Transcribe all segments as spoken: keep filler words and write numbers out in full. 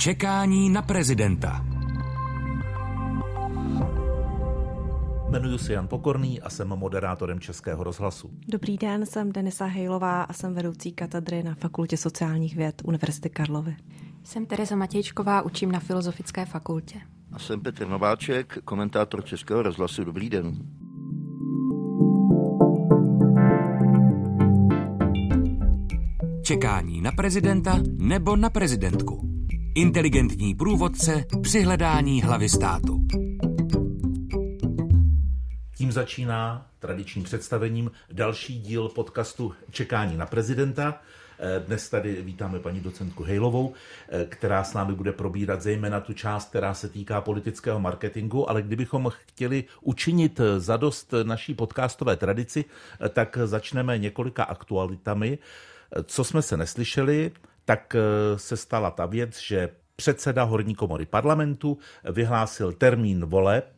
Čekání na prezidenta. Jmenuji se Jan Pokorný a jsem moderátorem Českého rozhlasu. Dobrý den, jsem Denisa Hejlová a jsem vedoucí katedry na Fakultě sociálních věd Univerzity Karlovy. Jsem Tereza Matějčková, učím na Filozofické fakultě. A jsem Petr Nováček, komentátor Českého rozhlasu. Dobrý den. Čekání na prezidenta nebo na prezidentku. Inteligentní průvodce při hledání hlavy státu. Tím začíná tradičním představením další díl podcastu Čekání na prezidenta. Dnes tady vítáme paní docentku Hejlovou, která s námi bude probírat zejména tu část, která se týká politického marketingu, ale kdybychom chtěli učinit zadost naší podcastové tradici, tak začneme několika aktualitami. Co jsme se neslyšeli, tak se stala ta věc, že předseda horní komory parlamentu vyhlásil termín voleb,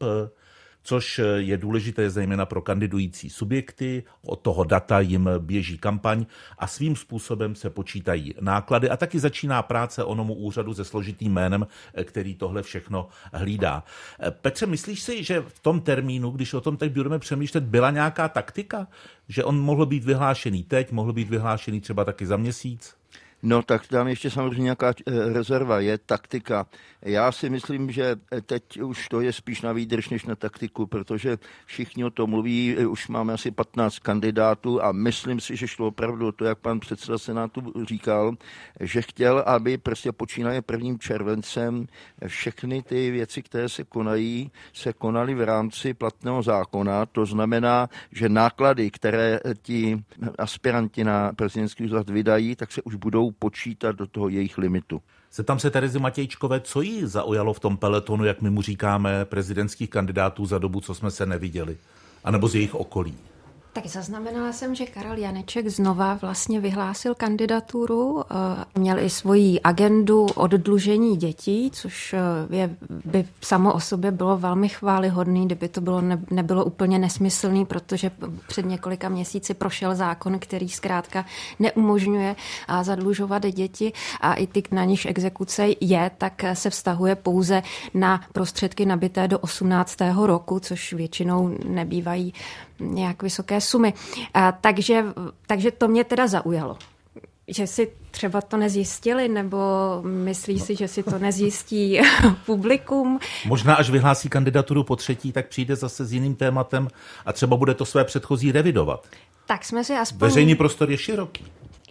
což je důležité zejména pro kandidující subjekty. Od toho data jim běží kampaň a svým způsobem se počítají náklady a taky začíná práce onomu úřadu se složitým jménem, který tohle všechno hlídá. Petře, myslíš si, že v tom termínu, když o tom teď budeme přemýšlet, byla nějaká taktika? Že on mohl být vyhlášený teď, mohl být vyhlášený třeba taky za měsíc? No tak tam ještě samozřejmě nějaká rezerva je, taktika. Já si myslím, že teď už to je spíš na výdrž než na taktiku, protože všichni o tom mluví, už máme asi patnáct kandidátů a myslím si, že šlo opravdu to, jak pan předseda Senátu říkal, že chtěl, aby prostě počínaje prvním červencem všechny ty věci, které se konají, se konaly v rámci platného zákona. To znamená, že náklady, které ti aspiranti na prezidentský úřad vydají, tak se už budou počítat do toho jejich limitu. Zeptám se Terezy Matějčkové, co jí zaujalo v tom peletonu, jak my mu říkáme, prezidentských kandidátů za dobu, co jsme se neviděli, anebo z jejich okolí? Tak zaznamenala jsem, že Karel Janeček znova vlastně vyhlásil kandidaturu, měl i svoji agendu oddlužení dětí, což je, by samo o sobě bylo velmi chvályhodný, kdyby to bylo ne, nebylo úplně nesmyslný, protože před několika měsíci prošel zákon, který zkrátka neumožňuje zadlužovat děti a i ty, na nichž exekuce je, tak se vztahuje pouze na prostředky nabité do osmnáctého roku, což většinou nebývají nějak vysoké sumy. A, takže, takže to mě teda zaujalo. Že si třeba to nezjistili, nebo myslí no. si, že si to nezjistí publikum? Možná až vyhlásí kandidaturu po třetí, tak přijde zase s jiným tématem a třeba bude to své předchozí revidovat. Tak jsme si aspoň... Veřejný prostor je široký.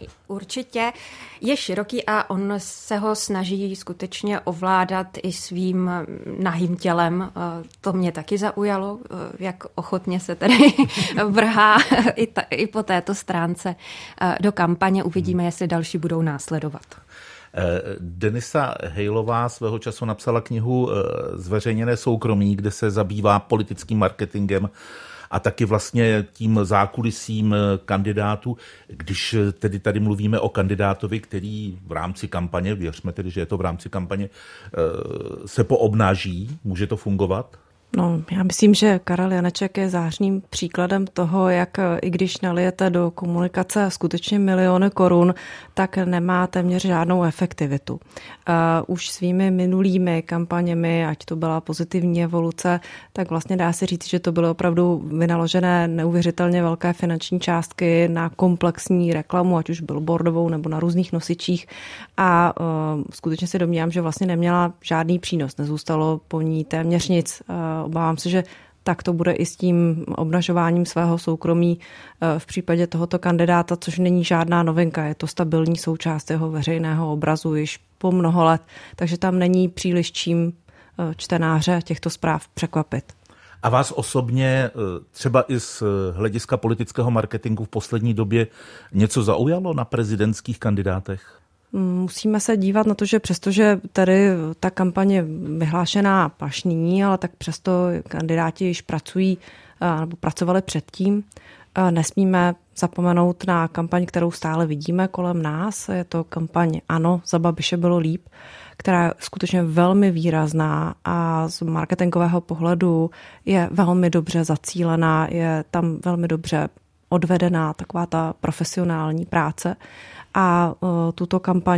Určitě je široký a on se ho snaží skutečně ovládat i svým nahým tělem. To mě taky zaujalo, jak ochotně se tedy vrhá i, ta, i po této stránce do kampaně. Uvidíme, jestli další budou následovat. Denisa Hejlová svého času napsala knihu Zveřejněné soukromí, kde se zabývá politickým marketingem a taky vlastně tím zákulisím kandidátů. Když tedy tady mluvíme o kandidátovi, který v rámci kampaně, věřme tedy, že je to v rámci kampaně, se poobnaží, může to fungovat? No, já myslím, že Karel Janeček je zářným příkladem toho, jak i když nalijete do komunikace skutečně miliony korun, tak nemá téměř žádnou efektivitu. Uh, už svými minulými kampaněmi, ať to byla pozitivní evoluce, tak vlastně dá se říct, že to byly opravdu vynaložené neuvěřitelně velké finanční částky na komplexní reklamu, ať už billboardovou nebo na různých nosičích a uh, skutečně si domnívám, že vlastně neměla žádný přínos, nezůstalo po ní téměř nic. Uh, Obávám se, že tak to bude i s tím obnažováním svého soukromí v případě tohoto kandidáta, což není žádná novinka. Je to stabilní součást jeho veřejného obrazu již po mnoho let, takže tam není příliš čím čtenáře těchto zpráv překvapit. A vás osobně třeba i z hlediska politického marketingu v poslední době něco zaujalo na prezidentských kandidátech? Musíme se dívat na to, že přestože tady ta kampaň je vyhlášená až nyní, ale tak přesto kandidáti již pracují nebo pracovali předtím. Nesmíme zapomenout na kampaň, kterou stále vidíme kolem nás. Je to kampaň Ano, za Babiše bylo líp, která je skutečně velmi výrazná a z marketingového pohledu je velmi dobře zacílená, je tam velmi dobře odvedená taková ta profesionální práce. A tuto kampaň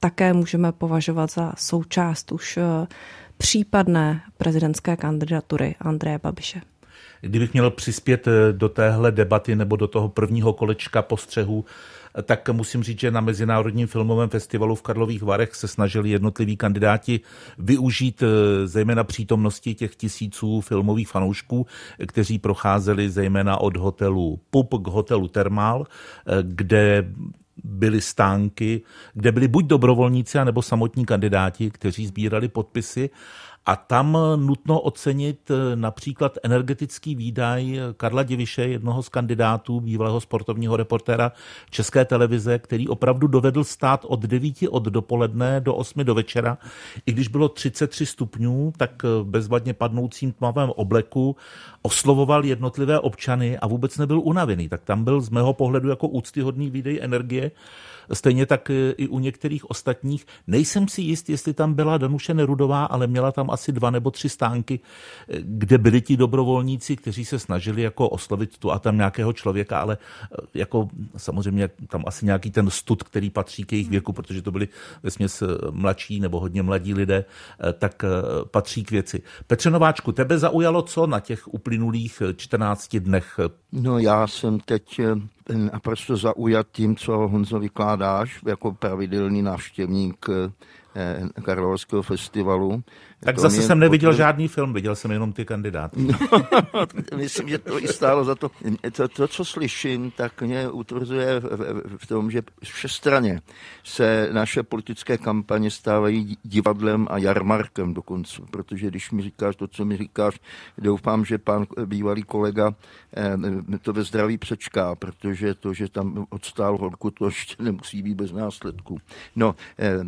také můžeme považovat za součást už případné prezidentské kandidatury Andreje Babiše. Kdybych měl přispět do téhle debaty nebo do toho prvního kolečka postřehů, tak musím říct, že na Mezinárodním filmovém festivalu v Karlových Varech se snažili jednotliví kandidáti využít zejména přítomnosti těch tisíců filmových fanoušků, kteří procházeli zejména od hotelu Pup k hotelu Thermal, kde byly stánky, kde byli buď dobrovolníci, anebo samotní kandidáti, kteří sbírali podpisy. A tam nutno ocenit například energetický výdaj Karla Diviše, jednoho z kandidátů, bývalého sportovního reportéra České televize, který opravdu dovedl stát od devíti od dopoledne do osmi do večera. I když bylo třicet tři stupňů, tak v bezvadně padnoucím tmavém obleku oslovoval jednotlivé občany a vůbec nebyl unavený. Tak tam byl z mého pohledu jako úctyhodný výdej energie. Stejně tak i u některých ostatních. Nejsem si jist, jestli tam byla Danuše Nerudová, ale měla tam asi dva nebo tři stánky, kde byli ti dobrovolníci, kteří se snažili jako oslovit tu a tam nějakého člověka, ale jako samozřejmě tam asi nějaký ten stud, který patří k jejich věku, protože to byli vesměs mladší nebo hodně mladí lidé, tak patří k věci. Petře Nováčku, tebe zaujalo co na těch uplynulých čtrnácti dnech? No já jsem teď naprosto zaujat tím, co Honzo vykládáš jako pravidelný návštěvník Karlovarského festivalu. Tak to zase jsem neviděl potvr... žádný film, viděl jsem jenom ty kandidáty. No, myslím, že to i stálo za to. to. To, co slyším, tak mě utvrzuje v, v tom, že všestranně se naše politické kampaně stávají divadlem a jarmarkem dokonce, protože když mi říkáš to, co mi říkáš, doufám, že pan bývalý kolega to ve zdraví přečká, protože to, že tam odstál horku, to ještě nemusí být bez následků. No,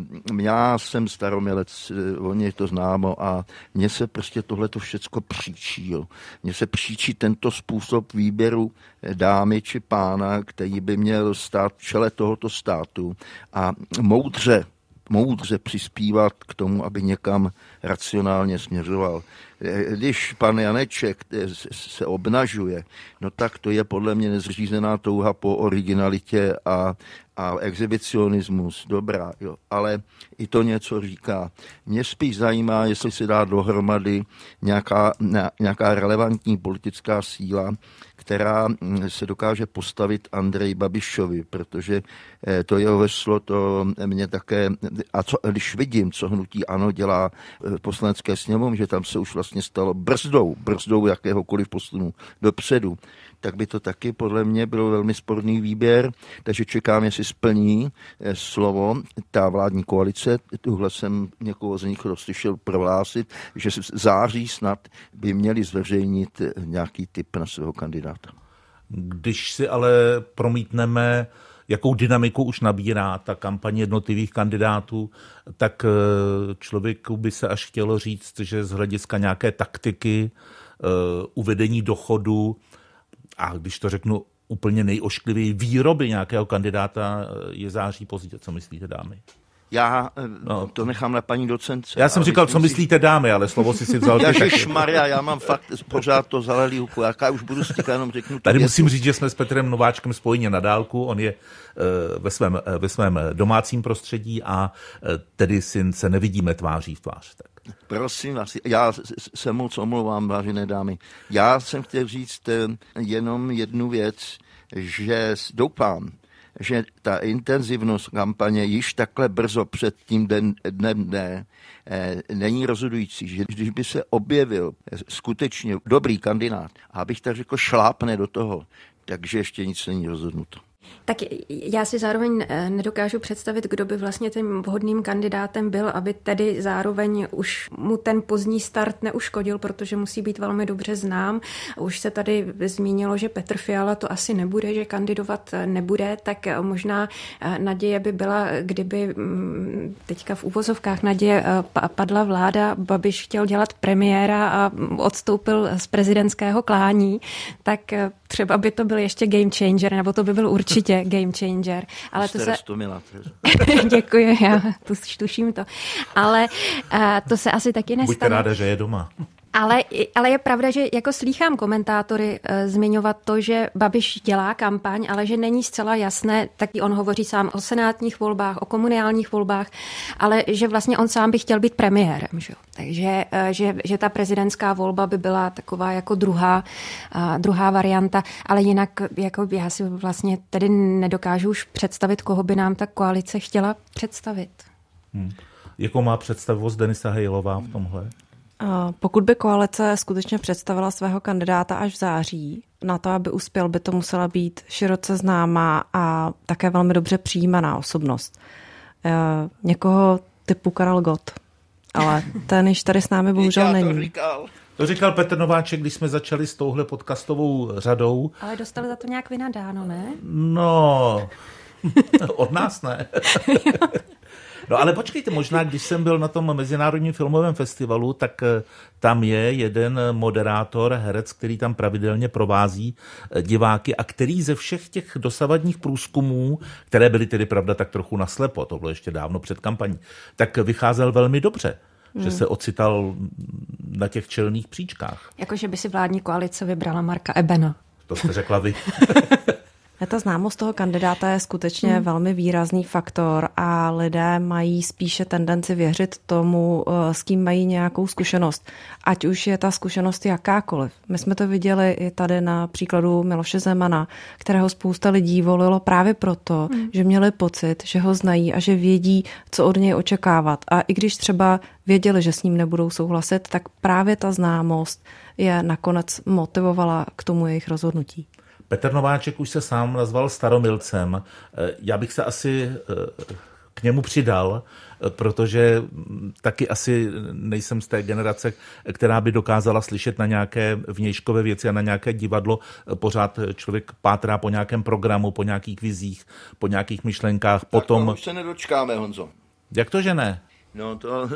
já jsem staromělec, o něj to známo, a mně se prostě tohleto všecko příčí. Jo. Mně se příčí tento způsob výběru dámy či pána, který by měl stát v čele tohoto státu a moudře, moudře přispívat k tomu, aby někam racionálně směřoval. Když pan Janeček se obnažuje, no tak to je podle mě nezřízená touha po originalitě a, a exhibicionismus. Dobrá, jo. Ale i to něco říká. Mě spíš zajímá, jestli se dá dohromady nějaká, nějaká relevantní politická síla, která se dokáže postavit Andreji Babišovi, protože to jeho veslo, to mě také, a co, když vidím, co hnutí ANO dělá v poslanecké sněmovně, že tam se už vlastně stalo brzdou, brzdou jakéhokoliv posunu dopředu, tak by to taky podle mě byl velmi sporný výběr, takže čekám, jestli splní slovo ta vládní koalice. Tuhle jsem někoho z nich rozslyšel prohlásit, že v září snad by měli zveřejnit nějaký tip na svého kandidáta. Když si ale promítneme, jakou dynamiku už nabírá ta kampaně jednotlivých kandidátů, tak člověku by se až chtělo říct, že z hlediska nějaké taktiky, uvedení do chodu a když to řeknu úplně nejošklivěji, výroby nějakého kandidáta je září pozdě. Co myslíte, dámy? Já no. to nechám na paní docence. Já jsem říkal, co myslíte, dámy, ale slovo si si vzal. Ježišmarja, já mám fakt pořád to zalelý uku. Jaká už budu stíkat, jenom řeknu. Tady musím větu. říct, že jsme s Petrem Nováčkem spojeni na dálku. On je uh, ve, svém, uh, ve svém domácím prostředí a uh, tedy si se nevidíme tváří v tvář. Tak. Prosím vás, já se moc omlouvám, vážené dámy. Já jsem chtěl říct jenom jednu věc, že doufám, že ta intenzivnost kampaně již takhle brzo před tím den, dnem dne eh, není rozhodující, že když by se objevil skutečně dobrý kandidát, a abych tak řekl, šlápne do toho, takže ještě nic není rozhodnuto. Tak já si zároveň nedokážu představit, kdo by vlastně tím vhodným kandidátem byl, aby tedy zároveň už mu ten pozdní start neuškodil, protože musí být velmi dobře znám. Už se tady zmínilo, že Petr Fiala to asi nebude, že kandidovat nebude, tak možná naděje by byla, kdyby teďka v úvozovkách naděje padla vláda, Babiš chtěl dělat premiéra a odstoupil z prezidentského klání, tak třeba by to byl ještě game changer, nebo to by byl určitě game changer. Ale to se... Děkuji, já tuším to. Ale uh, to se asi taky nestane. Buďte ráda, že je doma. Ale, ale je pravda, že jako slýchám komentátory e, zmiňovat to, že Babiš dělá kampaň, ale že není zcela jasné, taky on hovoří sám o senátních volbách, o komunálních volbách, ale že vlastně on sám by chtěl být premiérem. Že? Takže e, že, že ta prezidentská volba by byla taková jako druhá, a, druhá varianta, ale jinak jako já si vlastně tedy nedokážu už představit, koho by nám ta koalice chtěla představit. Hmm. Jakou má představivost Denisa Hejlová v tomhle? Pokud by koalice skutečně představila svého kandidáta až v září, na to, aby uspěl, by to musela být široce známá a také velmi dobře přijímaná osobnost. Někoho typu Karel Gott, ale ten již tady s námi bohužel není. To říkal Petr Nováček, když jsme začali s touhle podcastovou řadou. Ale dostali za to nějak vynadáno, ne? No, od nás ne. No ale počkejte, možná když jsem byl na tom Mezinárodním filmovém festivalu, tak tam je jeden moderátor, herec, který tam pravidelně provází diváky a který ze všech těch dosavadních průzkumů, které byly tedy pravda tak trochu naslepo, to bylo ještě dávno před kampaní, tak vycházel velmi dobře. Hmm. Že se ocital na těch čelných příčkách. Jakože by si vládní koalice vybrala Marka Ebena. To jste řekla vy. Ta známost toho kandidáta je skutečně hmm. velmi výrazný faktor a lidé mají spíše tendenci věřit tomu, s kým mají nějakou zkušenost. Ať už je ta zkušenost jakákoliv. My jsme to viděli i tady na příkladu Miloše Zemana, kterého spousta lidí volilo právě proto, hmm. že měli pocit, že ho znají a že vědí, co od něj očekávat. A i když třeba věděli, že s ním nebudou souhlasit, tak právě ta známost je nakonec motivovala k tomu jejich rozhodnutí. Petr Nováček už se sám nazval staromilcem. Já bych se asi k němu přidal, protože taky asi nejsem z té generace, která by dokázala slyšet na nějaké vnějškové věci a na nějaké divadlo. Pořád člověk pátrá po nějakém programu, po nějakých vizích, po nějakých myšlenkách. Potom... Tak už se nedočkáme, Honzo. Jak to, že ne? No to...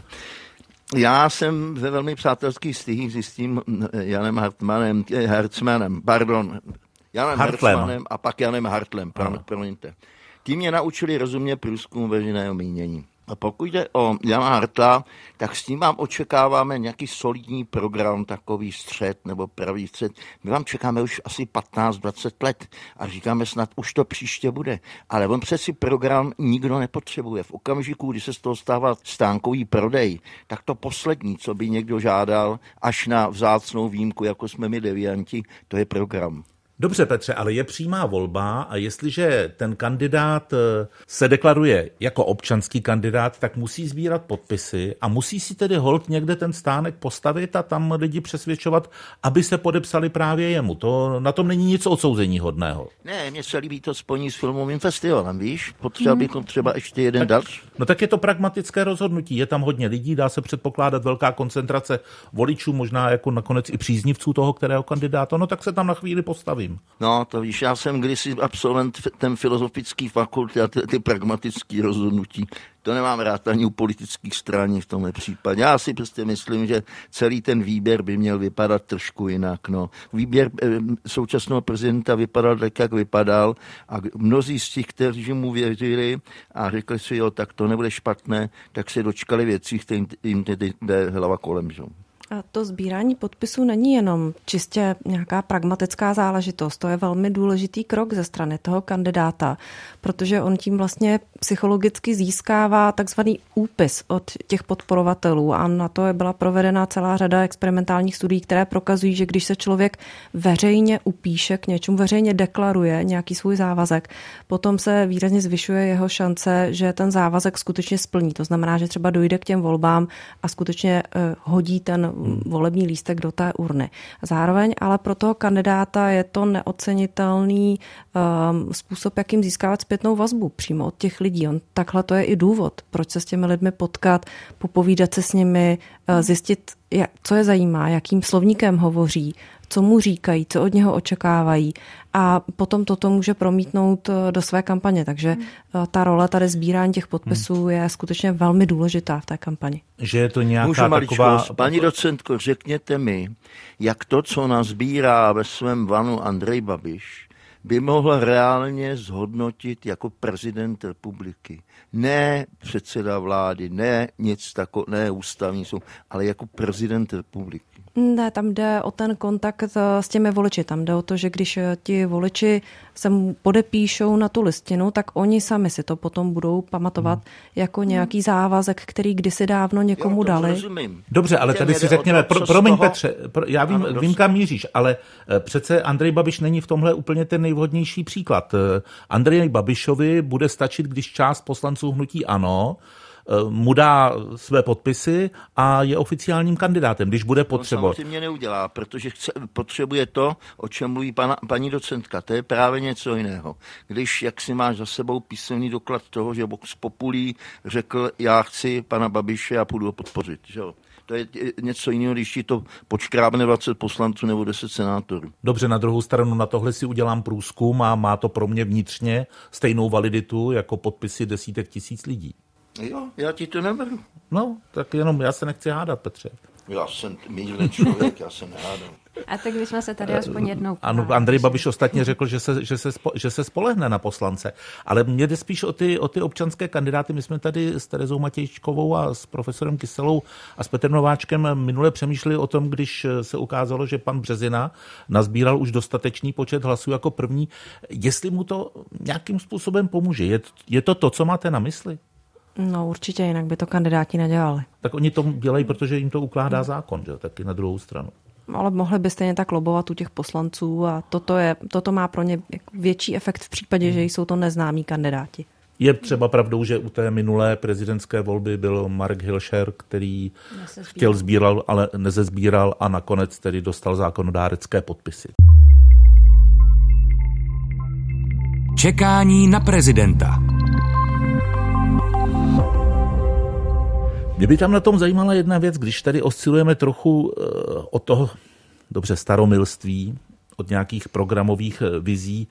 Já jsem ve velmi přátelských stycích s tím Janem Hartmanem, Hartmanem, pardon, Janem Hartlem. Hartmanem a pak Janem Hartlem, promiňte. Ti mě naučili rozumět průzkumu veřejného mínění. A pokud jde o Jana Hartla, tak s tím vám očekáváme nějaký solidní program, takový střed nebo pravý střed. My vám čekáme už asi patnáct dvacet let a říkáme snad, už to příště bude. Ale on přeci program nikdo nepotřebuje. V okamžiku, kdy se z toho stává stánkový prodej, tak to poslední, co by někdo žádal, až na vzácnou výjimku, jako jsme my devianti, to je program. Dobře, Petře, ale je přímá volba a jestliže ten kandidát se deklaruje jako občanský kandidát, tak musí sbírat podpisy a musí si tedy holt někde ten stánek postavit a tam lidi přesvědčovat, aby se podepsali právě jemu. To, na tom není nic odsouzení hodného. Ne, mně se líbí to spojení s filmovým festivalem, víš? Potřeba hmm. bychom třeba ještě jeden tak, další. No tak je to pragmatické rozhodnutí. Je tam hodně lidí, dá se předpokládat velká koncentrace voličů, možná jako nakonec i příznivců toho, kterého kandidáta. No tak se tam na chvíli postavím. No, to víš, já jsem kdysi absolvent ten filozofický fakulty a ty, ty pragmatické rozhodnutí. To nemám rád ani u politických stran v tomhle případě. Já si prostě myslím, že celý ten výběr by měl vypadat trošku jinak. No. Výběr e, současného prezidenta vypadal tak, jak vypadal a mnozí z těch, kteří mu věřili a řekli si, jo, tak to nebude špatné, tak se dočkali věcí, kterým jim tedy jde hlava kolem. Že? A to sbírání podpisů není jenom čistě nějaká pragmatická záležitost. To je velmi důležitý krok ze strany toho kandidáta, protože on tím vlastně psychologicky získává takzvaný úpis od těch podporovatelů a na to je byla provedena celá řada experimentálních studií, které prokazují, že když se člověk veřejně upíše k něčemu, veřejně deklaruje nějaký svůj závazek, potom se výrazně zvyšuje jeho šance, že ten závazek skutečně splní. To znamená, že třeba dojde k těm volbám a skutečně uh, hodí ten volební lístek do té urny. Zároveň ale pro toho kandidáta je to neocenitelný um, způsob, jakým získávat zpětnou vazbu přímo od těch lidí. On, takhle to je i důvod, proč se s těmi lidmi potkat, popovídat se s nimi, uh, zjistit, jak, co je zajímá, jakým slovníkem hovoří, co mu říkají, co od něho očekávají a potom toto může promítnout do své kampaně. Takže ta role tady sbírání těch podpisů je skutečně velmi důležitá v té kampani. Že je to nějaká Můžu taková... Paní docentko, řekněte mi, jak to, co nazbírá ve svém vanu Andrej Babiš, by mohl reálně zhodnotit jako prezident republiky. Ne předseda vlády, ne nic takového, ne ústavní soud, ale jako prezident republiky. Ne, tam jde o ten kontakt s těmi voliči. Tam jde o to, že když ti voliči se podepíšou na tu listinu, tak oni sami si to potom budou pamatovat hmm. jako nějaký závazek, který kdysi dávno někomu jo, dali. Rozumím. Dobře, ale tady si řekněme, pro, promiň toho... Petře, pro, já vím, ano, vím, kam míříš, ale přece Andrej Babiš není v tomhle úplně ten nejvhodnější příklad. Andrej Babišovi bude stačit, když část poslanců hnutí ANO mu dá své podpisy a je oficiálním kandidátem, když bude potřebovat. To samozřejmě neudělá, protože chce, potřebuje to, o čem mluví pana, paní docentka. To je právě něco jiného. Když, jak si máš za sebou písemný doklad toho, že Vox Populi řekl, já chci pana Babiše a půjdu ho podpořit. Že? To je něco jiného, když ti to počkrábne dvacet poslanců nebo deset senátorů. Dobře, na druhou stranu na tohle si udělám průzkum a má to pro mě vnitřně stejnou validitu jako podpisy desítek tisíc lidí. Jo, já ti to neberu. No, tak jenom já se nechci hádat, Petře. Já jsem mírný člověk, já se nehádám. A tak bychom se tady aspoň jednou... Ano, Andrej Babiš ostatně řekl, že se, že, se, že se spolehne na poslance. Ale mě jde spíš o ty, o ty občanské kandidáty. My jsme tady s Terezou Matějčkovou a s profesorem Kyselou a s Petrem Nováčkem minule přemýšleli o tom, když se ukázalo, že pan Březina nazbíral už dostatečný počet hlasů jako první. Jestli mu to nějakým způsobem pomůže. Je, je to to, co máte na mysli? No určitě, jinak by to kandidáti nedělali. Tak oni to dělají, protože jim to ukládá zákon, že? Taky na druhou stranu. Ale mohli by stejně tak lobovat u těch poslanců a toto, je, toto má pro ně větší efekt v případě, že jsou to neznámí kandidáti. Je třeba pravdou, že u té minulé prezidentské volby byl Marek Hilšer, který chtěl sbíral, ale nezezbíral a nakonec tedy dostal zákonodárecké podpisy. Čekání na prezidenta. Mě by tam na tom zajímala jedna věc, když tady oscilujeme trochu od toho, dobře, staromilství, od nějakých programových vizí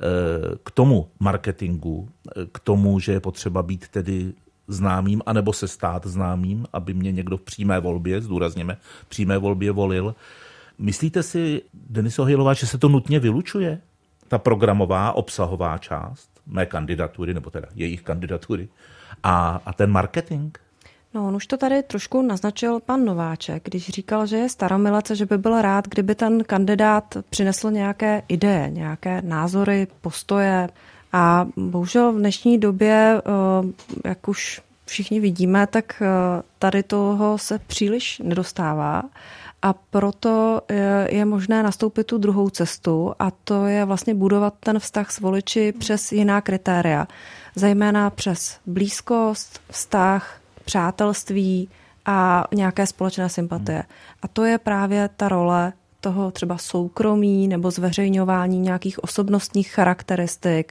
k tomu marketingu, k tomu, že je potřeba být tedy známým, anebo se stát známým, aby mě někdo v přímé volbě, zdůrazněme, v přímé volbě volil. Myslíte si, Deniso Hylová, že se to nutně vylučuje? Ta programová, obsahová část mé kandidatury, nebo teda jejich kandidatury a, a ten marketing? No, on už to tady trošku naznačil pan Nováček, když říkal, že je staromilec, že by byl rád, kdyby ten kandidát přinesl nějaké ideje, nějaké názory, postoje. A bohužel v dnešní době, jak už všichni vidíme, tak tady toho se příliš nedostává. A proto je možné nastoupit tu druhou cestu a to je vlastně budovat ten vztah s voliči přes jiná kritéria. Zejména přes blízkost, vztah, přátelství a nějaké společné sympatie. A to je právě ta role toho třeba soukromí nebo zveřejňování nějakých osobnostních charakteristik,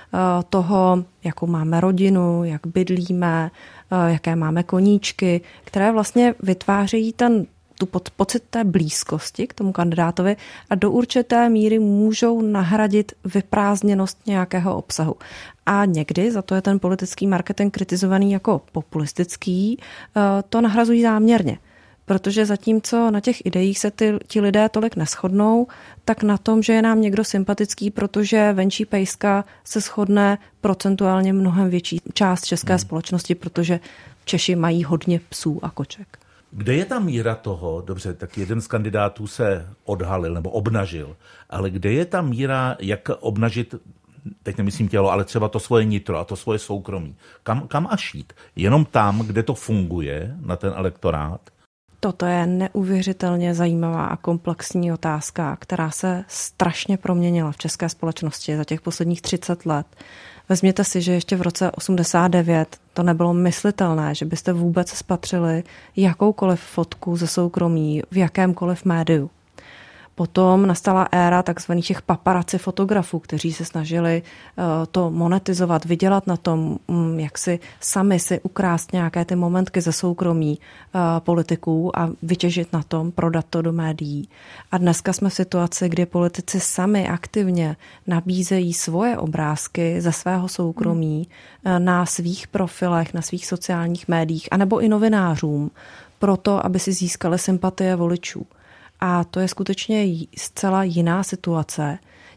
toho, jakou máme rodinu, jak bydlíme, jaké máme koníčky, které vlastně vytvářejí ten tu pocit té blízkosti k tomu kandidátovi a do určité míry můžou nahradit vyprázdněnost nějakého obsahu. A někdy, za to je ten politický marketing kritizovaný jako populistický, to nahrazují záměrně. Protože zatímco na těch ideích se ty, ti lidé tolik neshodnou, tak na tom, že je nám někdo sympatický, protože venčí pejska se shodne procentuálně mnohem větší část české hmm. společnosti, protože Češi mají hodně psů a koček. Kde je ta míra toho, dobře, tak jeden z kandidátů se odhalil nebo obnažil, ale kde je ta míra, jak obnažit, teď nemyslím tělo, ale třeba to svoje nitro a to svoje soukromí. Kam, kam až jít? Jenom tam, kde to funguje na ten elektorát? Toto je neuvěřitelně zajímavá a komplexní otázka, která se strašně proměnila v české společnosti za těch posledních třicet let. Vezměte si, že ještě v roce osmdesát devět to nebylo myslitelné, že byste vůbec spatřili jakoukoliv fotku ze soukromí v jakémkoliv médiu. Potom nastala éra takzvaných těch paparazzi fotografů, kteří se snažili to monetizovat, vydělat na tom, jak si sami si ukrást nějaké ty momentky ze soukromí politiků a vytěžit na tom, prodat to do médií. A dneska jsme v situaci, kdy politici sami aktivně nabízejí svoje obrázky ze svého soukromí na svých profilech, na svých sociálních médiích, anebo i novinářům, proto, aby si získali sympatie voličů. A to je skutečně zcela jiná situace.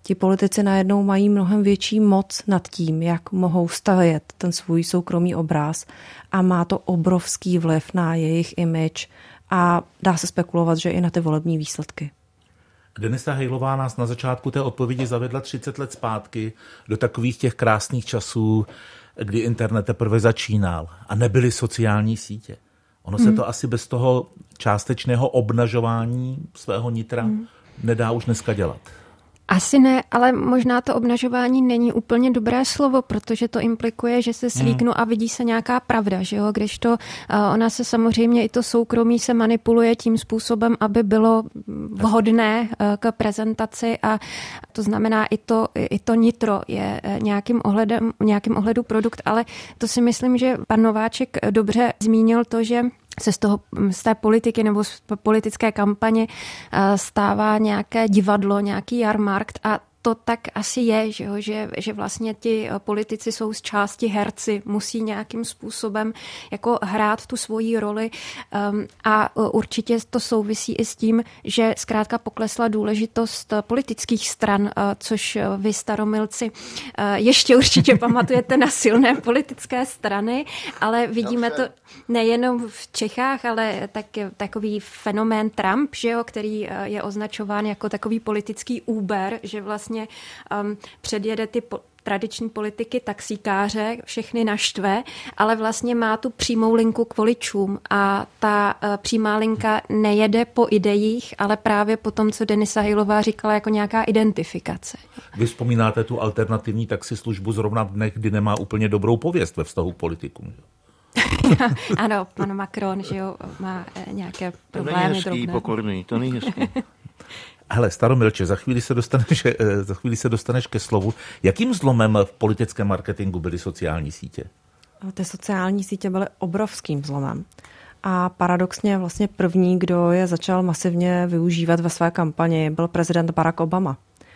ti politici najednou mají mnohem větší moc nad tím, jak mohou stavět ten svůj soukromý obraz a má to obrovský vliv na jejich image a dá se spekulovat, že i na ty volební výsledky. Denisa Hejlová nás na začátku té odpovědi zavedla třicet let zpátky do takových těch krásných časů, kdy internet teprve začínal a nebyly sociální sítě. Ono se to hmm. asi bez toho částečného obnažování svého nitra hmm. nedá už dneska dělat. Asi ne, ale možná to obnažování není úplně dobré slovo, protože to implikuje, že se slíknu a vidí se nějaká pravda, že jo, když to, ona se samozřejmě i to soukromí se manipuluje tím způsobem, aby bylo vhodné k prezentaci a to znamená i to, i to nitro je nějakým ohledem, nějakým ohledu produkt, ale to si myslím, že pan Nováček dobře zmínil to, že se z toho, z té politiky nebo z politické kampaně stává nějaké divadlo, nějaký jarmarkt a to tak asi je, že, jo, že, že vlastně ti politici jsou z části herci, musí nějakým způsobem jako hrát tu svoji roli um, a určitě to souvisí i s tím, že zkrátka poklesla důležitost politických stran, uh, což vy staromilci uh, ještě určitě pamatujete na silné politické strany, ale vidíme to nejenom v Čechách, ale tak, takový fenomén Trump, že jo, který je označován jako takový politický Uber, že vlastně Um, předjede ty po- tradiční politiky, taxíkáře, všechny naštve, ale vlastně má tu přímou linku k voličům a ta uh, přímá linka nejede po ideích, ale právě po tom, co Denisa Hejlová říkala, jako nějaká identifikace. Vy vzpomínáte tu alternativní taxislužbu zrovna v dnech, kdy nemá úplně dobrou pověst ve vztahu k politikům. Ano, pan Macron, že jo, má nějaké problémy. To není hezký, drobné. Pokorný, to není hezký. Hele, Staromilče, za chvíli se dostaneš, za chvíli se dostaneš ke slovu. Jakým zlomem v politickém marketingu byly sociální sítě? Ty sociální sítě byly obrovským zlomem. A paradoxně vlastně první, kdo je začal masivně využívat ve své kampani, byl prezident Barack Obama.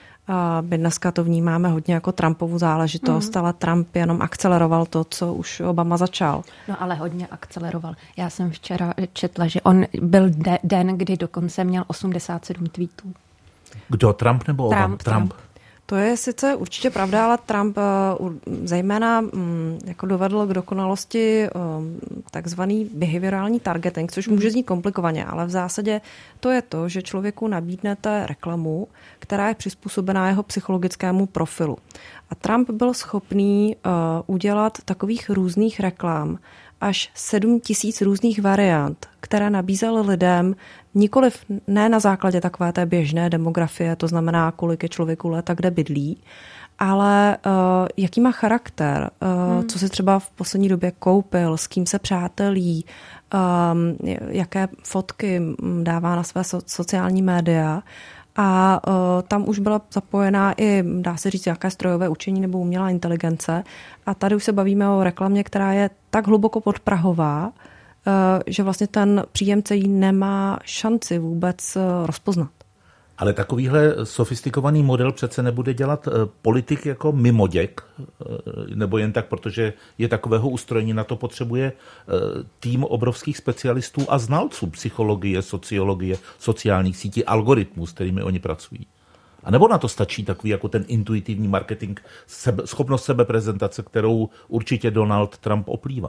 My dneska to vnímáme hodně jako Trumpovu záležitost, mm. ale Trump jenom akceleroval to, co už Obama začal. No ale hodně akceleroval. Já jsem včera četla, že on byl de- den, kdy dokonce měl osmdesát sedm tweetů. Kdo, Trump nebo Obama? Trump. Trump. To je sice určitě pravda, ale Trump zejména jako dovedl k dokonalosti takzvaný behaviorální targeting, což může znít komplikovaně, ale v zásadě to je to, že člověku nabídnete reklamu, která je přizpůsobená jeho psychologickému profilu. A Trump byl schopný udělat takových různých reklam až sedm tisíc různých variant, které nabízel lidem nikoliv ne na základě takové té běžné demografie, to znamená, kolik je člověku let a kde bydlí, ale uh, jaký má charakter, uh, hmm. co si třeba v poslední době koupil, s kým se přátelí, um, jaké fotky dává na své so- sociální média. A uh, tam už byla zapojená i, dá se říct, jaké strojové učení nebo umělá inteligence. A tady už se bavíme o reklamě, která je tak hluboko podprahová, uh, že vlastně ten příjemce ji nemá šanci vůbec uh, rozpoznat. Ale takovýhle sofistikovaný model přece nebude dělat politik jako mimoděk, nebo jen tak, protože je takového ustrojení, na to potřebuje tým obrovských specialistů a znalců psychologie, sociologie, sociálních sítí, algoritmů, s kterými oni pracují. A nebo na to stačí takový jako ten intuitivní marketing, sebe, schopnost sebeprezentace, kterou určitě Donald Trump oplývá?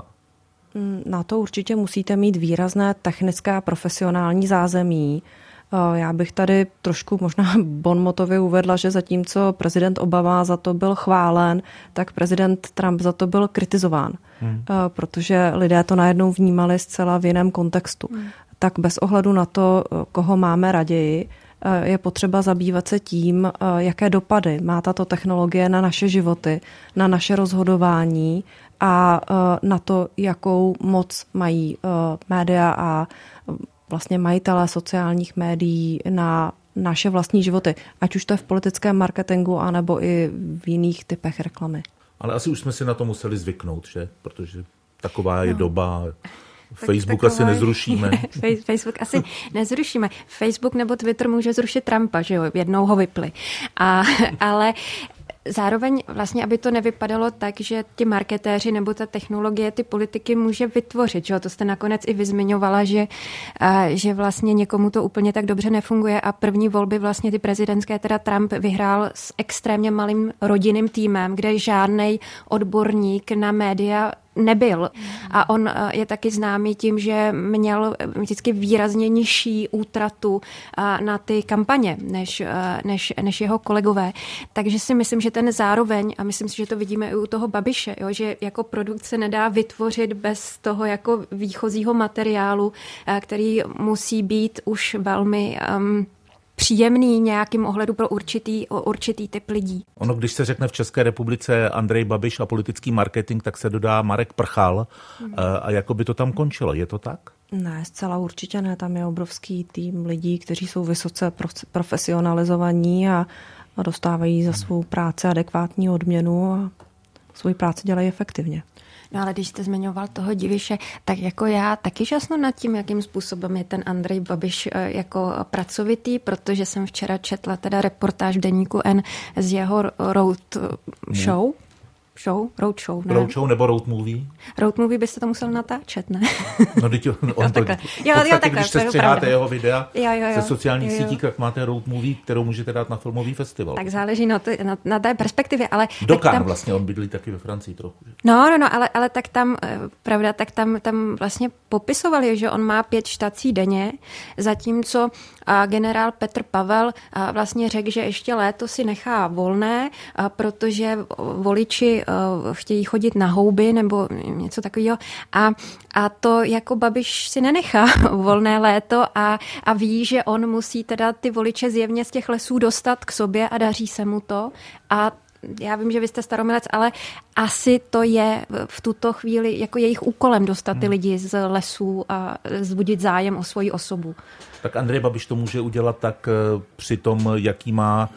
Na to určitě musíte mít výrazné technické a profesionální zázemí. Já bych tady trošku možná bonmotově uvedla, že zatímco prezident Obama za to byl chválen, tak prezident Trump za to byl kritizován, hmm. protože lidé to najednou vnímali zcela v jiném kontextu. Hmm. Tak bez ohledu na to, koho máme raději, je potřeba zabývat se tím, jaké dopady má tato technologie na naše životy, na naše rozhodování a na to, jakou moc mají média a vlastně majitelé sociálních médií na naše vlastní životy, ať už to je v politickém marketingu, anebo i v jiných typech reklamy. Ale asi už jsme si na to museli zvyknout, že? Protože taková je no. doba. Facebook tak asi nezrušíme. Facebook asi nezrušíme. Facebook nebo Twitter může zrušit Trumpa, že jo? Jednou ho vypli. A, ale Zároveň vlastně, aby to nevypadalo tak, že ti marketéři nebo ta technologie ty politiky může vytvořit. Že? To jste nakonec i vyzmiňovala, že, že vlastně někomu to úplně tak dobře nefunguje a první volby vlastně ty prezidentské, teda Trump vyhrál s extrémně malým rodinným týmem, kde žádnej odborník na média nebyl. A on je taky známý tím, že měl vždycky výrazně nižší útratu na ty kampaně, než, než, než jeho kolegové. Takže si myslím, že ten zároveň, a myslím si, že to vidíme i u toho Babiše, jo, že jako produkt se nedá vytvořit bez toho jako výchozího materiálu, který musí být už velmi um, příjemný nějakým ohledu pro určitý, určitý typ lidí. Ono, když se řekne v České republice Andrej Babiš a politický marketing, tak se dodá Marek Prchal hmm. a jako by to tam končilo. Je to tak? Ne, zcela určitě ne. Tam je obrovský tým lidí, kteří jsou vysoce profesionalizovaní a, a dostávají za svou práci adekvátní odměnu a svou práci dělají efektivně. No ale když jste zmiňoval toho Diviše, tak jako já taky žasnu nad tím, jakým způsobem je ten Andrej Babiš jako pracovitý, protože jsem včera četla teda reportáž v deníku N z jeho road show. Show? Road show, ne? Road show nebo road movie? Road movie byste to musel natáčet, ne? No, teď on, on jo, to, takhle. v Jo, podstatě, jo, takhle, když se střiháte jeho videa jo, jo, jo. ze sociálních jo, jo. sítí, tak máte road movie, kterou můžete dát na filmový festival. Tak záleží na, to, na, na té perspektivě, ale... Dokán tam, vlastně, on bydlí taky ve Francii trochu. Že? No, no, no, ale, ale tak tam, pravda, tak tam, tam vlastně popisovali, že on má pět štací denně, zatímco a generál Petr Pavel a vlastně řekl, že ještě léto si nechá volné, a protože voliči a chtějí chodit na houby nebo něco takového. A, a to jako Babiš si nenechá volné léto a, a ví, že on musí teda ty voliče zjevně z těch lesů dostat k sobě a daří se mu to. A já vím, že vy jste staromilec, ale asi to je v tuto chvíli jako jejich úkolem dostat ty lidi z lesů a vzbudit zájem o svoji osobu. Tak Andrej Babiš to může udělat tak při tom, jaký má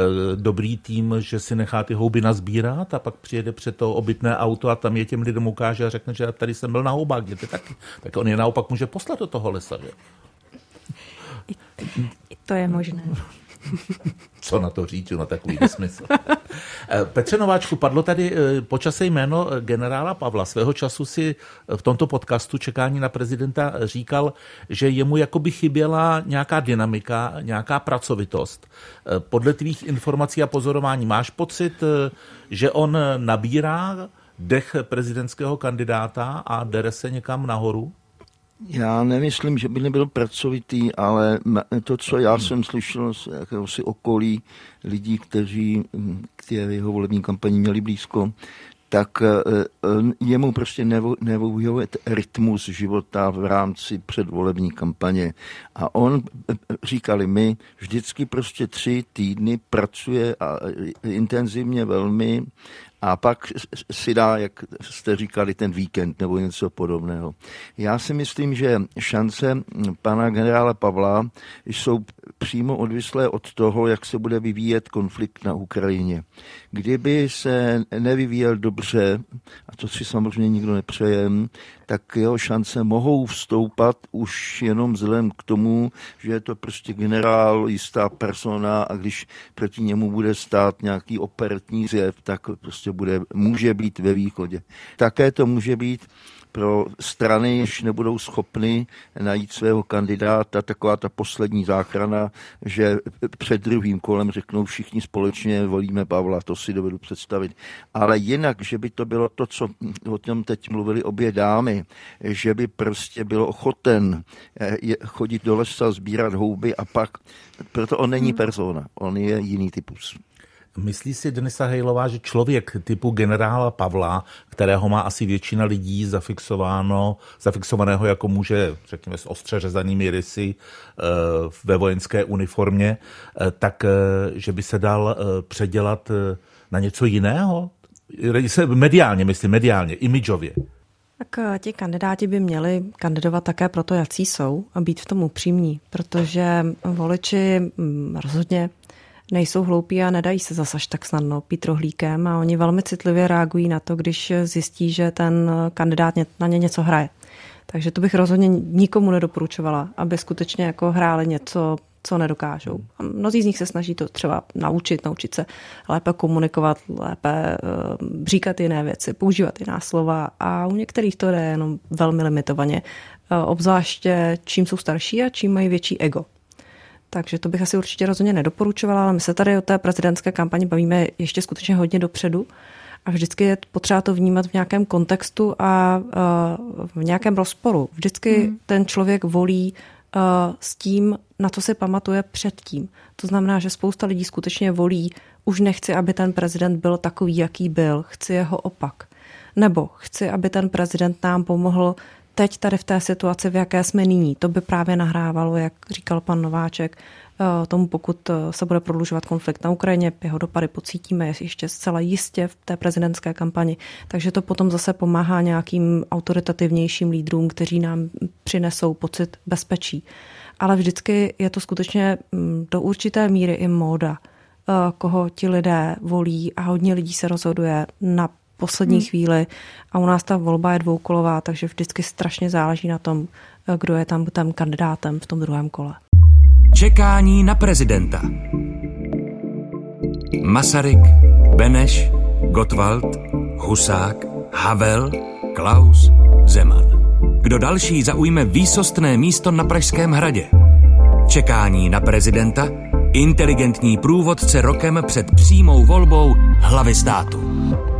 dobrý tým, že si nechá ty houby nazbírat a pak přijede před to obytné auto a tam je těm lidem ukáže a řekne, že tady jsem byl na houbách, jděte taky. Tak on je naopak může poslat do toho lesa. Že? I, I to je možné. Co na to říct, na takový nesmysl. Petře Nováčku, padlo tady počasé jméno generála Pavla. Svého času si v tomto podcastu Čekání na prezidenta říkal, že jemu jakoby chyběla nějaká dynamika, nějaká pracovitost. Podle tvých informací a pozorování máš pocit, že on nabírá dech prezidentského kandidáta a dere se někam nahoru? Já nemyslím, že by nebyl pracovitý, ale to, co já jsem slyšel z jakéhosi okolí lidí, kteří k té jeho volební kampani měli blízko, tak jemu prostě nevyhovuje rytmus života v rámci předvolební kampaně. A on, říkali my, vždycky prostě tři týdny pracuje a intenzivně velmi a pak si dá, jak jste říkali, ten víkend nebo něco podobného. Já si myslím, že šance pana generála Pavla jsou přímo odvislé od toho, jak se bude vyvíjet konflikt na Ukrajině. Kdyby se nevyvíjel dobře, a to si samozřejmě nikdo nepřeje, tak jeho šance mohou vstoupat už jenom vzhledem k tomu, že je to prostě generál, jistá persona a když proti němu bude stát nějaký operetní zjev, tak prostě bude, může být ve východě. Také to může být pro strany, jež nebudou schopny najít svého kandidáta, taková ta poslední záchrana, že před druhým kolem řeknou všichni společně volíme Pavla, to si dovedu představit. Ale jinak, že by to bylo to, co o tom teď mluvili obě dámy, že by prostě bylo ochoten chodit do lesa, sbírat houby a pak, proto on není persona, on je jiný typus. Myslí si Denisa Hejlová, že člověk typu generála Pavla, kterého má asi většina lidí zafixováno, zafixovaného jako muže, řekněme, s ostře řezanými rysy ve vojenské uniformě, tak že by se dal předělat na něco jiného? Mediálně, myslím, mediálně, imidžově. Tak ti kandidáti by měli kandidovat také proto, jací jsou a být v tom upřímní, protože voliči rozhodně nejsou hloupí a nedají se zas až tak snadno pít rohlíkem a oni velmi citlivě reagují na to, když zjistí, že ten kandidát na ně něco hraje. Takže to bych rozhodně nikomu nedoporučovala, aby skutečně jako hráli něco co nedokážou. A mnozí z nich se snaží to třeba naučit, naučit se lépe komunikovat, lépe uh, říkat jiné věci, používat jiná slova a u některých to jde jenom velmi limitovaně, uh, obzvláště čím jsou starší a čím mají větší ego. Takže to bych asi určitě rozhodně nedoporučovala, ale my se tady o té prezidentské kampani bavíme ještě skutečně hodně dopředu a vždycky je potřeba to vnímat v nějakém kontextu a uh, v nějakém rozporu. Vždycky hmm. ten člověk volí uh, s tím, na co si pamatuje předtím. To znamená, že spousta lidí skutečně volí, už nechci, aby ten prezident byl takový, jaký byl, chci jeho opak. Nebo chci, aby ten prezident nám pomohl teď tady v té situaci, v jaké jsme nyní. To by právě nahrávalo, jak říkal pan Nováček, tomu, pokud se bude prodlužovat konflikt na Ukrajině, jeho dopady pocítíme ještě zcela jistě v té prezidentské kampani. Takže to potom zase pomáhá nějakým autoritativnějším lídrům, kteří nám přinesou pocit bezpečí. Ale vždycky je to skutečně do určité míry i móda, koho ti lidé volí a hodně lidí se rozhoduje na poslední hmm. chvíli a u nás ta volba je dvoukolová, takže vždycky strašně záleží na tom, kdo je tam, tam kandidátem v tom druhém kole. Čekání na prezidenta. Masaryk, Beneš, Gottwald, Husák, Havel, Klaus, Zeman. Kdo další zaujme výsostné místo na Pražském hradě? Čekání na prezidenta, inteligentní průvodce rokem před přímou volbou hlavy státu.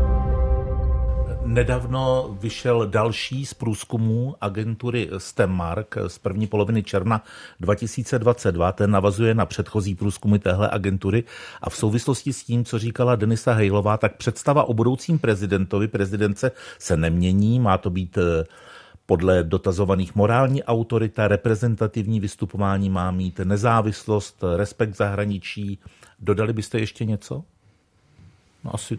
Nedávno vyšel další z průzkumů agentury Stenmark z první poloviny června dva tisíce dvacet dva. Ten navazuje na předchozí průzkumy téhle agentury a v souvislosti s tím, co říkala Denisa Hejlová, tak představa o budoucím prezidentovi, prezidence se nemění. Má to být podle dotazovaných morální autorita, reprezentativní vystupování, má mít nezávislost, respekt zahraničí. Dodali byste ještě něco? No asi...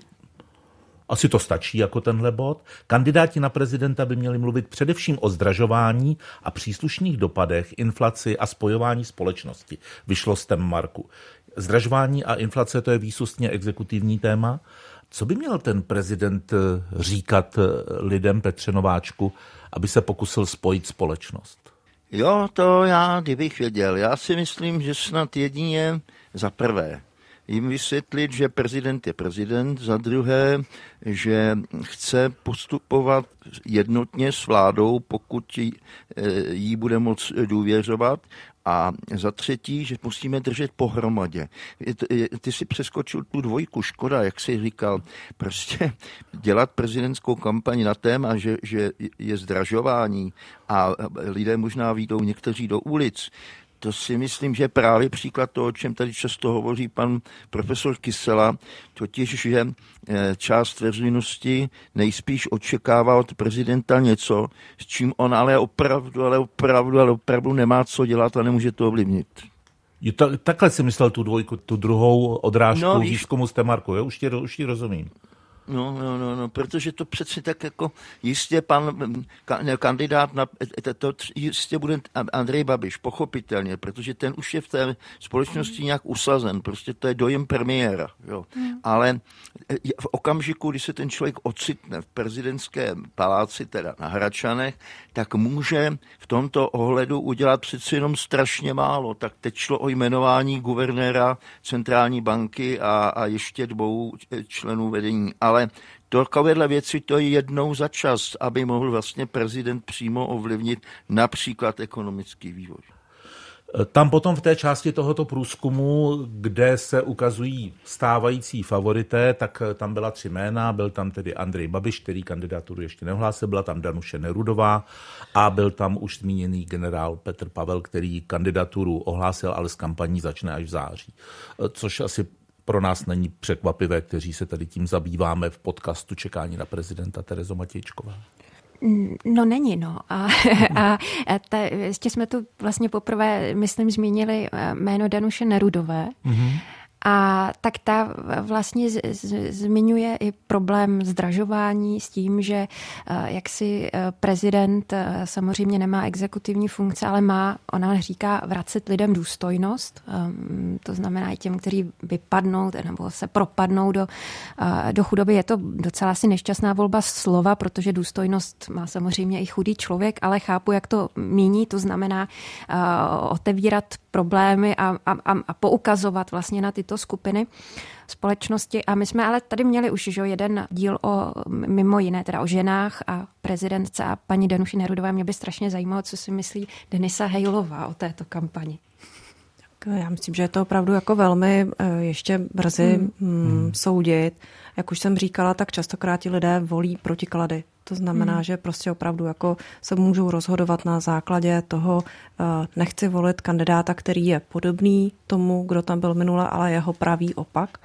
Asi to stačí jako tenhle bod. Kandidáti na prezidenta by měli mluvit především o zdražování a příslušných dopadech, inflaci a spojování společnosti. Vyšlo z Stenmarku. Zdražování a inflace, to je výsostně exekutivní téma. Co by měl ten prezident říkat lidem, Petře Nováčku, aby se pokusil spojit společnost? Jo, to já, kdybych věděl. Já si myslím, že snad jedině za prvé jim vysvětlit, že prezident je prezident, za druhé, že chce postupovat jednotně s vládou, pokud jí, jí bude moc důvěřovat, a za třetí, že musíme držet pohromadě. Ty si přeskočil tu dvojku, škoda, jak jsi říkal, prostě dělat prezidentskou kampaň na téma, že, že je zdražování a lidé možná vyjdou někteří do ulic. To si myslím, že je právě příklad toho, o čem tady často hovoří pan profesor Kysela, totiž, že část veřejnosti nejspíš očekává od prezidenta něco, s čím on ale opravdu, ale opravdu, ale opravdu nemá co dělat a nemůže to ovlivnit. Ta, takhle si myslel tu dvojku, tu druhou odrážku no, výzkumu Stenmarku, jo? Už ti, už ti rozumím. No, no, no, no, protože to přeci tak jako jistě pan kandidát na to, to jistě bude Andrej Babiš, pochopitelně, protože ten už je v té společnosti nějak usazen, prostě to je dojem premiéra, jo. Mm. Ale v okamžiku, kdy se ten člověk ocitne v prezidentském paláci, teda na Hradčanech, tak může v tomto ohledu udělat přeci jenom strašně málo. Tak teď šlo o jmenování guvernéra centrální banky a, a ještě dvou členů vedení. Ale takovéhle věci to je jednou za čas, aby mohl vlastně prezident přímo ovlivnit například ekonomický vývoj. Tam potom v té části tohoto průzkumu, kde se ukazují stávající favorité, tak tam byla tři jména, byl tam tedy Andrej Babiš, který kandidaturu ještě neohlásil, byla tam Danuše Nerudová a byl tam už zmíněný generál Petr Pavel, který kandidaturu ohlásil, ale s kampaní začne až v září. Což asi pro nás není překvapivé, kteří se tady tím zabýváme v podcastu Čekání na prezidenta. Terezo Matějčková. No není, no. A, a ta, ještě jsme tu vlastně poprvé, myslím, zmínili jméno Danuše Nerudové. Mm-hmm. A tak ta vlastně z, z, zmiňuje i problém zdražování s tím, že jak si prezident samozřejmě nemá exekutivní funkce, ale má, ona říká, vracet lidem důstojnost. To znamená i těm, kteří vypadnou nebo se propadnou do, do chudoby. Je to docela asi nešťastná volba slova, protože důstojnost má samozřejmě i chudý člověk, ale chápu, jak to míní. To znamená otevírat problémy a, a, a poukazovat vlastně na tyto skupiny společnosti. A my jsme ale tady měli už že, jeden díl o mimo jiné, teda o ženách a prezidentce a paní Danuši Nerudové. Mě by strašně zajímalo, co si myslí Denisa Hejlová o této kampani. Já myslím, že je to opravdu jako velmi ještě brzy hmm. Hmm, soudit. Jak už jsem říkala, tak častokrát ti lidé volí protiklady. To znamená, hmm. že prostě opravdu jako se můžou rozhodovat na základě toho, nechci volit kandidáta, který je podobný tomu, kdo tam byl minule, ale jeho pravý opak.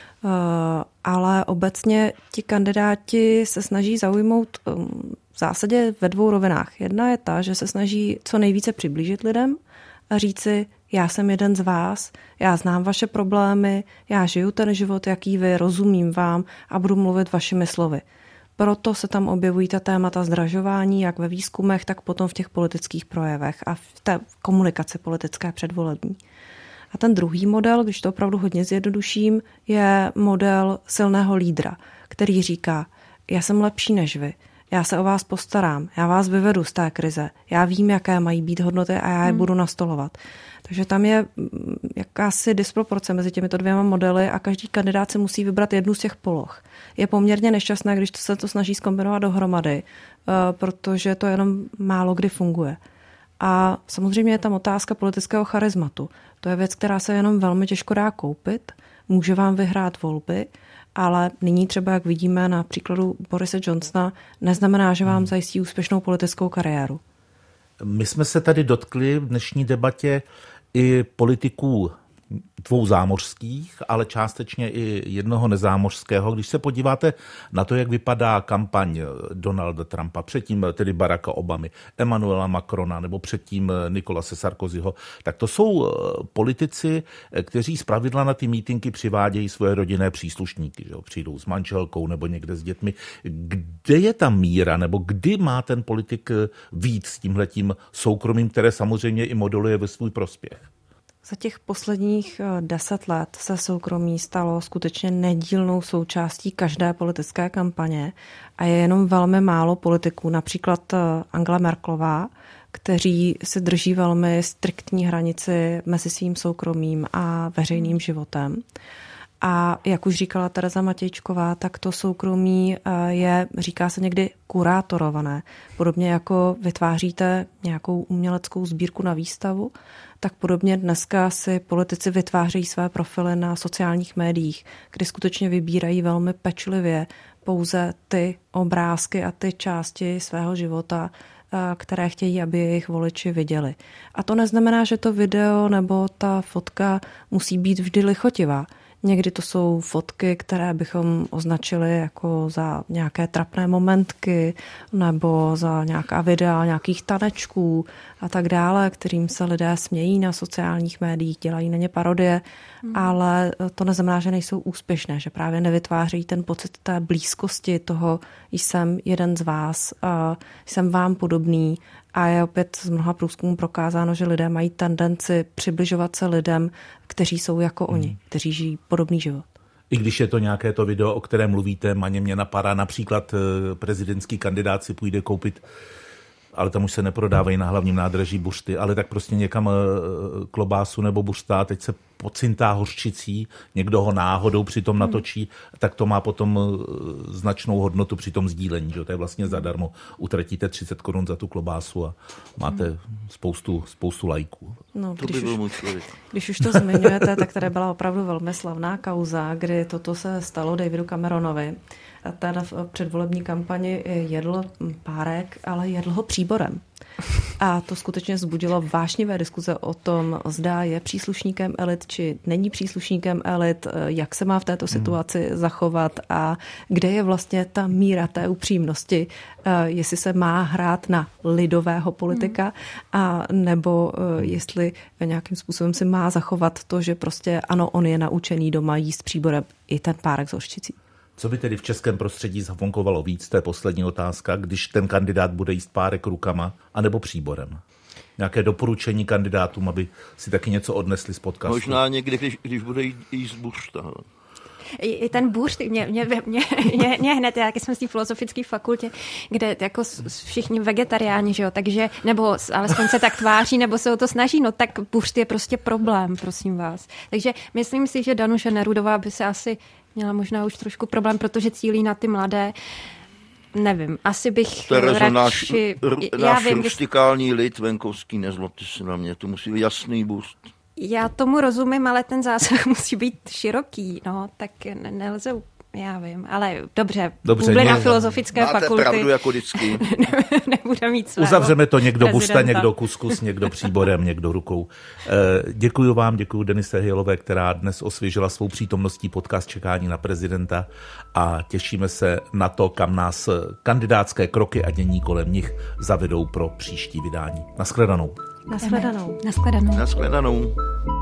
Ale obecně ti kandidáti se snaží zaujmout v zásadě ve dvou rovinách. Jedna je ta, že se snaží co nejvíce přiblížit lidem a říci, já jsem jeden z vás, já znám vaše problémy, já žiju ten život, jaký vy, rozumím vám a budu mluvit vašimi slovy. Proto se tam objevují ta témata zdražování, jak ve výzkumech, tak potom v těch politických projevech a v té komunikaci politické předvolební. A ten druhý model, když to opravdu hodně zjednoduším, je model silného lídra, který říká, já jsem lepší než vy, já se o vás postarám, já vás vyvedu z té krize, já vím, jaké mají být hodnoty a já je hmm. budu nastolovat. Takže tam je jakási disproporce mezi těmito dvěma modely a každý kandidát si musí vybrat jednu z těch poloh. Je poměrně nešťastné, když se to snaží zkombinovat dohromady, protože to jenom málo kdy funguje. A samozřejmě je tam otázka politického charizmatu. To je věc, která se jenom velmi těžko dá koupit, může vám vyhrát volby, ale nyní třeba, jak vidíme na příkladu Borise Johnsona, neznamená, že vám zajistí úspěšnou politickou kariéru. My jsme se tady dotkli v dnešní debatě i politiků dvou zámořských, ale částečně i jednoho nezámořského. Když se podíváte na to, jak vypadá kampaň Donalda Trumpa, předtím tedy Baracka Obamy, Emmanuela Macrona nebo předtím Nicolase Sarkozyho, tak to jsou politici, kteří zpravidla na ty mítinky přivádějí svoje rodinné příslušníky. Že? Přijdou s manželkou nebo někde s dětmi. Kde je ta míra, nebo kdy má ten politik víc s tímhletím soukromím, které samozřejmě i modeluje ve svůj prospěch? Za těch posledních deset let se soukromí stalo skutečně nedílnou součástí každé politické kampaně a je jenom velmi málo politiků, například Angela Merkelová, kteří si drží velmi striktní hranici mezi svým soukromým a veřejným životem. A jak už říkala Tereza Matějčková, tak to soukromí je, říká se někdy, kurátorované. Podobně jako vytváříte nějakou uměleckou sbírku na výstavu, tak podobně dneska si politici vytvářejí své profily na sociálních médiích, kdy skutečně vybírají velmi pečlivě pouze ty obrázky a ty části svého života, které chtějí, aby jejich voliči viděli. A to neznamená, že to video nebo ta fotka musí být vždy lichotivá. Někdy to jsou fotky, které bychom označili jako za nějaké trapné momentky nebo za nějaká videa, nějakých tanečků a tak dále, kterým se lidé smějí na sociálních médiích, dělají na ně parodie, hmm. ale to neznamená, že nejsou úspěšné, že právě nevytvářejí ten pocit té blízkosti toho, jsem jeden z vás, jsem vám podobný. A je opět z mnoha průzkumů prokázáno, že lidé mají tendenci přibližovat se lidem, kteří jsou jako hmm. oni, kteří žijí podobný život. I když je to nějaké to video, o kterém mluvíte, Maně, mě napadá, například prezidentský kandidát si půjde koupit, ale tam už se neprodávají na hlavním nádraží buřty, ale tak prostě někam klobásu nebo buřta, teď se pocintá hořčicí, někdo ho náhodou přitom natočí, tak to má potom značnou hodnotu při tom sdílení, že to je vlastně zadarmo. Utratíte třicet korun za tu klobásu a máte spoustu, spoustu lajků. No, to když, by byl už, člověk. Když už to zmiňujete, tak tady byla opravdu velmi slavná kauza, kdy toto se stalo Davidu Cameronovi. Ten v předvolební kampani jedl párek, ale jedl ho příborem. A to skutečně vzbudilo vášnivé diskuze o tom, zda je příslušníkem elit, či není příslušníkem elit, jak se má v této situaci hmm. zachovat a kde je vlastně ta míra té upřímnosti, jestli se má hrát na lidového politika, hmm. a nebo jestli nějakým způsobem si má zachovat to, že prostě ano, on je naučený doma jíst příborem i ten párek s hořčicí. Co by tedy v českém prostředí zafunkovalo víc, to je poslední otázka, když ten kandidát bude jíst párek rukama anebo příborem? Nějaké doporučení kandidátům, aby si taky něco odnesli z podcastu? Možná někdy, když, když bude jíst buršta. I ten bůř, mě, mě, mě, mě, mě hned, já jsem z té filozofické fakultě, kde jako všichni vegetariáni, že jo, takže, nebo alespoň se tak tváří, nebo se o to snaží, no tak bůř je prostě problém, prosím vás. Takže myslím si, že Danuše Nerudová by se asi měla možná už trošku problém, protože cílí na ty mladé. Nevím, asi bych Terezo, radši... náš, r, já náš vím, rustikální lid venkovský, nezlobte se na mě, to musí být jasný bůst. Já tomu rozumím, ale ten zásah musí být široký, no, tak nelze, já vím, ale dobře, dobře bublina filozofické máte fakulty. Máte pravdu jako vždycky. Nebude mít svého Uzavřeme to někdo prezidenta. busta, někdo kuskus, někdo příborem, někdo rukou. Děkuji vám, děkuji Denise Hejlové, která dnes osvěžila svou přítomností podcast Čekání na prezidenta a těšíme se na to, kam nás kandidátské kroky a dění kolem nich zavedou pro příští vydání. Naschledanou. Naschledanou. Naschledanou. Naschledanou.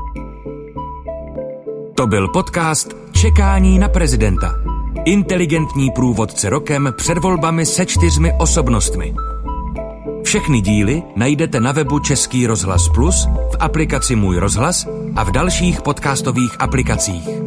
To byl podcast Čekání na prezidenta. Inteligentní průvodce rokem před volbami se čtyřmi osobnostmi. Všechny díly najdete na webu Český rozhlas Plus, v aplikaci Můj rozhlas a v dalších podcastových aplikacích.